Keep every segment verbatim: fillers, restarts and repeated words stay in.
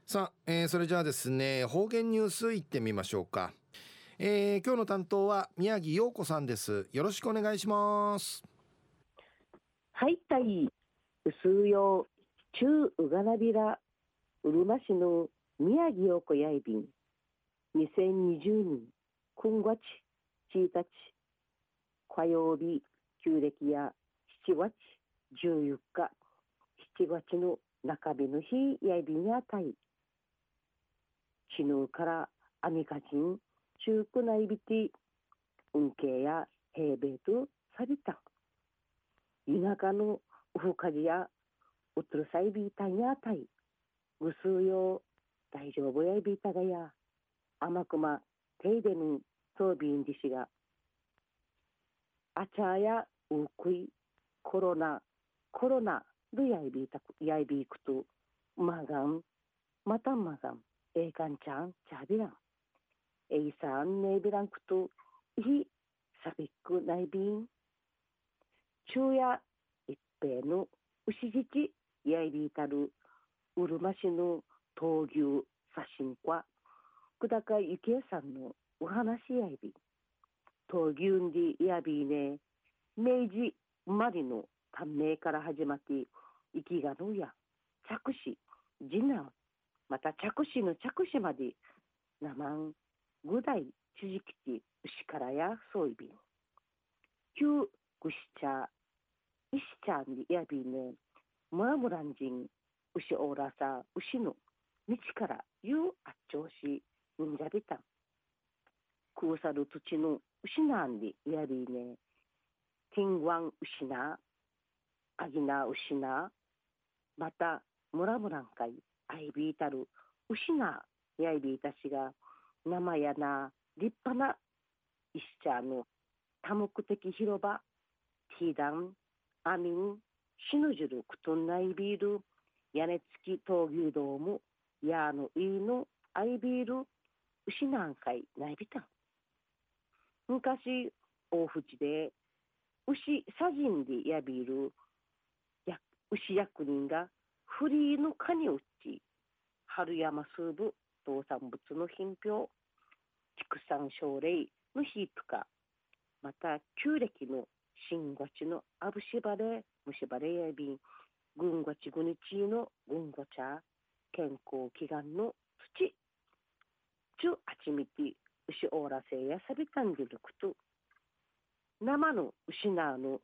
さあ、えーそれじゃあですね、方言ニュースいってみましょうか。えー今日の担当は宮城陽子さんです。よろしくお願いします。 はい、たい、うすうよう、中うがなびら、うるま市の宮城陽子やいびん、にせんにじゅうねん、くんがつ、ついたち、火曜日、旧暦やしちがつじゅうよっか、しちがつの中日の日やいびんやたい、昨日からアミカチン、中区内ビティ、運慶や平米とさびた、田舎のウフカジやうつるさいびいたんやたい、ぐすうよう大丈夫やいびいたがや、甘くまていでぬそうびんじしが、あちゃやうくい、コロナ、コロナどやいびいたく、やいびいくと、まがん、またまがん、えいかんちゃん、ちゃびらん、えいさんねいびらんくと、いさびっくないびん、昼夜一平のうしじちやいびいたる、うるま市の闘牛写真家、久高幸恵さんのお話やいび、闘牛んでやびね、明治生まれの短命から始まって、生きがのや、着手、次男、また着手の着手まで、なまん、五代、知事吉、牛からやそういびん、旧ぐし茶、石ちゃんでやびね、ムラムランジン、牛オーラサ、牛の道からゆうあっちょうし、うんじゃびたん。くうさる土地の牛なんでやりね、ティンワン牛な、アギナ牛な、また、ムラムランかい、アイビータル、牛な、やいびいたしが、生やな、立派な石ちゃんの多目的広場、ティーダン、アミン、シヌジュル、クトンナイビール、屋根付き闘牛ドーム、ヤーのイーのアイビール、牛なんかいないびたん。昔、大淵で、牛左人でやびる、や牛役人が、フリーのカニを打ち、春山数部、動産物の品評、畜産奨励のヒープか、また、旧暦の新月のアブシバレ、ムシバレやびん、軍がちぐにちの軍が茶、健康祈願の土、ちゅあちみて、牛オーラせいやさびたんでるくと、生の牛なの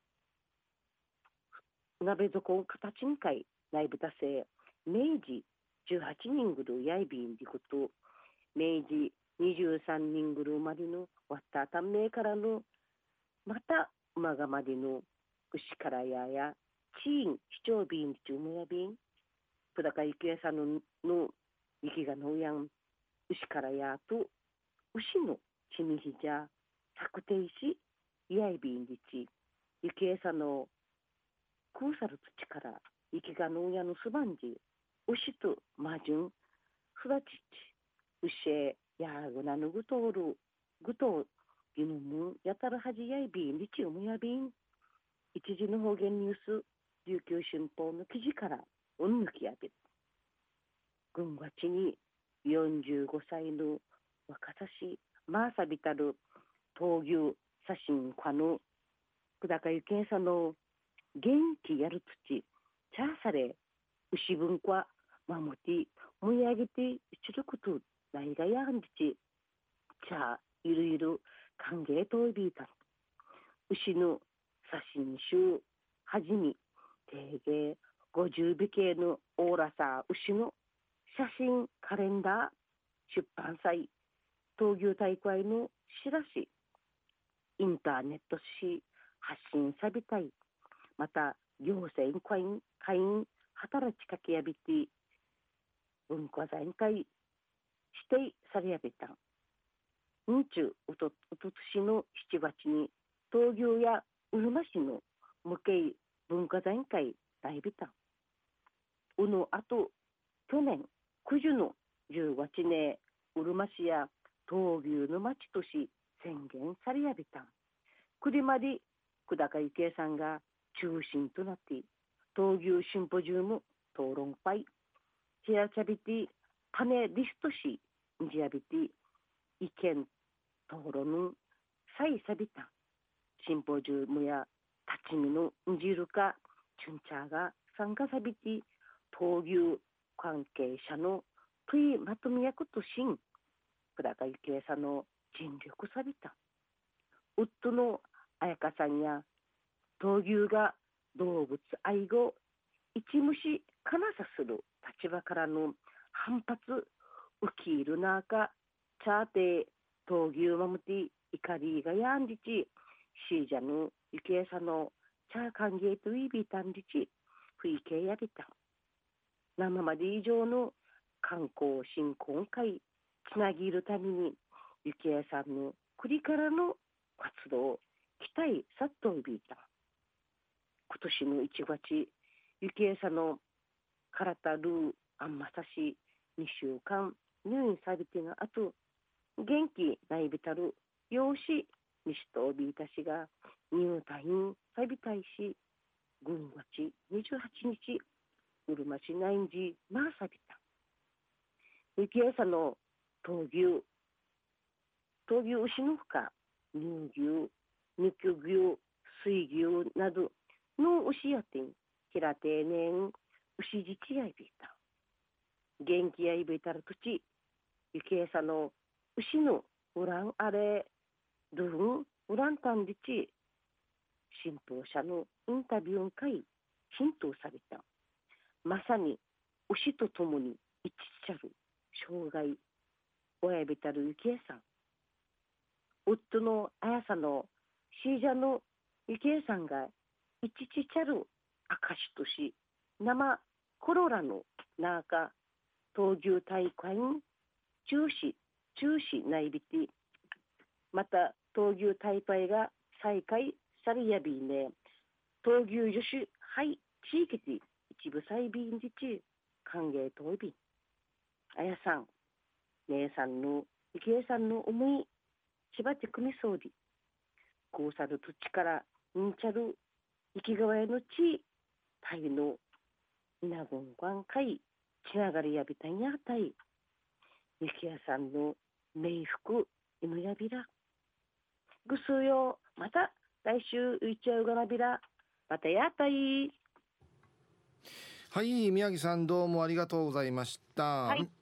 鍋底形にかい内部達成、明治じゅうはちにんぐるやいびんでこと、明治にじゅうさんにんぐるまでのわったためからの、またまがまでの牛からやや、チーン、市長ビン、ちゅうもやびん、プダカイケさんの、の、いきがのやん、牛からやと、牛のちみひじゃ、策定し、やいびんりち、ゆきえさの、くうさる土から、いきがのやのすばんじ、牛とまじゅん、すだちち、牛え、やぐなぬぐとおる、ぐと、ぎぬむ、やたらはじやいびんりちうむやびん、一時の方言ニュース、琉球新報の記事から、うんぬきやび、軍がちによんじゅうごさいの若さし、まあさびたる、闘牛写真家の久高ゆけんさんの元気やる土、チャーサレ、牛文化、守って盛り上げて出力とないがやんじち、チャー、ゆるゆる歓迎といびいた。牛の写真集、はじめ、定芸、ごじゅうびけのオーラサー牛の写真カレンダー、出版祭、闘牛大会の知らし、インターネットし発信さびたい。また、行政会員、会員、働きかけやびて、文化財会指定されやびたん。日中、おと、おととしのしちがつに、東京やうるま市の無形文化財会大ビタン。うのあと、去年、九十のじゅうがつね、うるま市や東牛の町とし宣言されやびたん。くりまで久高幸恵さんが中心となって、闘牛シンポジウム討論会、チアチャビティ種リストしんじやびて意見討論さいさびたシンポジウムや立ち見のんじるかチュンチャーが参加さびて闘牛関係者の問いまとめ役としん久高幸恵さんの尽力さびた夫の彩香さんや闘牛が動物愛護一虫かなさする立場からの反発受け入る中チャーテー闘牛マムティ怒りがやんじちシージャヌゆきえさのチャー歓迎といびたんじちふいけやびた生まで以上の観光振興会つなぎるためにゆきえさんの国からの活動期待さっといびた今年のいちがつゆきえさんの体ルーあんまさしにしゅうかん入院さびてがあと元気ないびたる養子西とびいたしが入退院さびたいしぐんがちにじゅうはちにちうるま市内時まあさびたゆきえさんの闘牛闘牛牛のふか乳牛肉牛水牛などの牛やてん平定年牛自治やいびいた元気やいびいたる土地ゆきえさんの牛のウランあれドゥンウランタンディチ新報社のインタビュー会浸透されたまさに牛とともに一致ちゃる障害親びたるゆきえさん夫のあやさのシージャのゆきえさんが一致ちゃる証とし生コロラの中闘牛大会中止中止内びてまた闘牛大会が再開されやびんで闘牛女子はい地域で一部再びんじち歓迎といびんあやさん姉さんのゆきえさんの思いしばちくみそうりこうさる土地からんちゃる生きがわやの地タイのいなごんがんかいちながりやびたんやたいゆきやさんの冥福いむやびらぐすうよまた来週ういちゃうがなびらまたやったいはい、宮城さんどうもありがとうございました。 はい